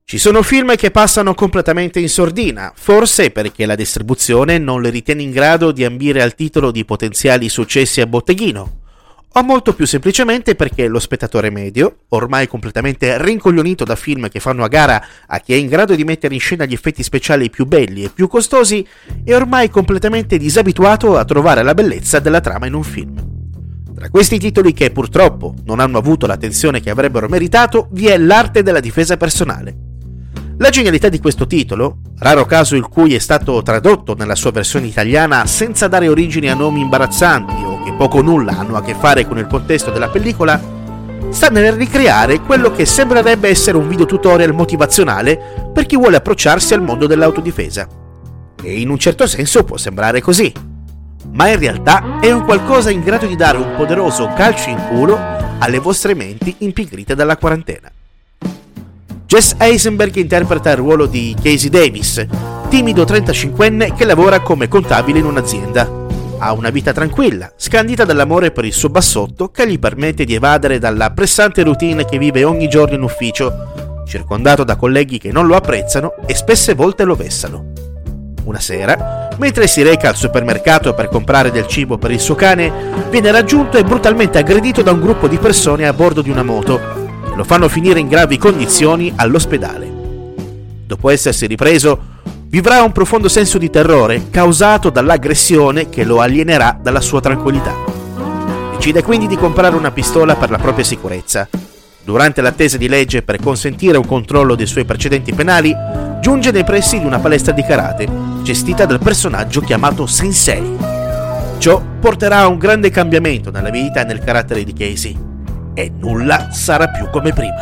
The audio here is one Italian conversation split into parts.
Ci sono film che passano completamente in sordina, forse perché la distribuzione non li ritiene in grado di ambire al titolo di potenziali successi a botteghino, o molto più semplicemente perché lo spettatore medio, ormai completamente rincoglionito da film che fanno a gara a chi è in grado di mettere in scena gli effetti speciali più belli e più costosi, è ormai completamente disabituato a trovare la bellezza della trama in un film. Tra questi titoli che purtroppo non hanno avuto l'attenzione che avrebbero meritato vi è L'arte della difesa personale. La genialità di questo titolo, raro caso il cui è stato tradotto nella sua versione italiana senza dare origine a nomi imbarazzanti o che poco o nulla hanno a che fare con il contesto della pellicola, sta nel ricreare quello che sembrerebbe essere un video tutorial motivazionale per chi vuole approcciarsi al mondo dell'autodifesa. E in un certo senso può sembrare così, ma in realtà è un qualcosa in grado di dare un poderoso calcio in culo alle vostre menti impigrite dalla quarantena. Jesse Eisenberg interpreta il ruolo di Casey Davis, timido 35enne che lavora come contabile in un'azienda. Ha una vita tranquilla, scandita dall'amore per il suo bassotto che gli permette di evadere dalla pressante routine che vive ogni giorno in ufficio, circondato da colleghi che non lo apprezzano e spesse volte lo vessano. Una sera, mentre si reca al supermercato per comprare del cibo per il suo cane, viene raggiunto e brutalmente aggredito da un gruppo di persone a bordo di una moto. Lo fanno finire in gravi condizioni all'ospedale. Dopo essersi ripreso, vivrà un profondo senso di terrore causato dall'aggressione che lo alienerà dalla sua tranquillità. Decide quindi di comprare una pistola per la propria sicurezza. Durante l'attesa di legge per consentire un controllo dei suoi precedenti penali, giunge nei pressi di una palestra di karate, gestita dal personaggio chiamato Sensei. Ciò porterà a un grande cambiamento nella vita e nel carattere di Casey. E nulla sarà più come prima.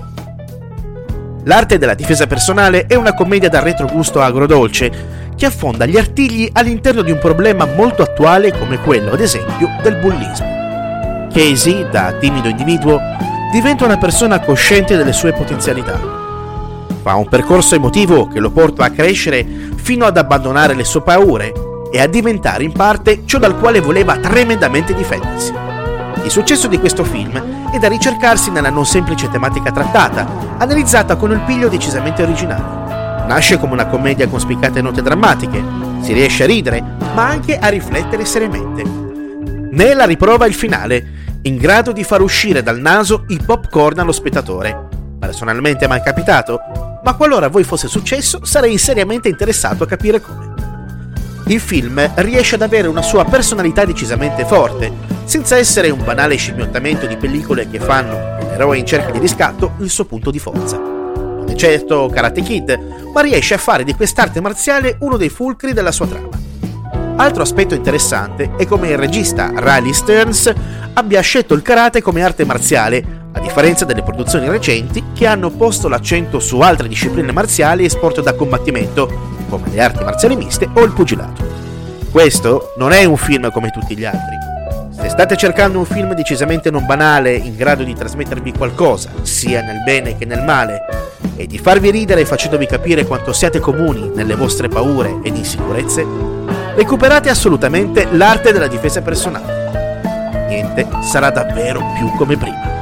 L'arte della difesa personale è una commedia dal retrogusto agrodolce che affonda gli artigli all'interno di un problema molto attuale come quello, ad esempio, del bullismo. Casey, da timido individuo, diventa una persona cosciente delle sue potenzialità. Fa un percorso emotivo che lo porta a crescere fino ad abbandonare le sue paure e a diventare in parte ciò dal quale voleva tremendamente difendersi. Il successo di questo film è da ricercarsi nella non semplice tematica trattata, analizzata con il piglio decisamente originale. Nasce come una commedia con spiccate note drammatiche, si riesce a ridere, ma anche a riflettere seriamente. Ne è la riprova il finale, in grado di far uscire dal naso i popcorn allo spettatore. Personalmente è mai capitato, ma qualora voi fosse successo sarei seriamente interessato a capire come. Il film riesce ad avere una sua personalità decisamente forte, senza essere un banale scimmiottamento di pellicole che fanno l'eroe in cerca di riscatto il suo punto di forza. Non è certo Karate Kid, ma riesce a fare di quest'arte marziale uno dei fulcri della sua trama. Altro aspetto interessante è come il regista Riley Stearns abbia scelto il karate come arte marziale, a differenza delle produzioni recenti che hanno posto l'accento su altre discipline marziali e sport da combattimento, come le arti marziali miste o il pugilato. Questo non è un film come tutti gli altri. Se state cercando un film decisamente non banale, in grado di trasmettervi qualcosa, sia nel bene che nel male, e di farvi ridere facendovi capire quanto siate comuni nelle vostre paure ed insicurezze, recuperate assolutamente l'arte della difesa personale. Niente sarà davvero più come prima.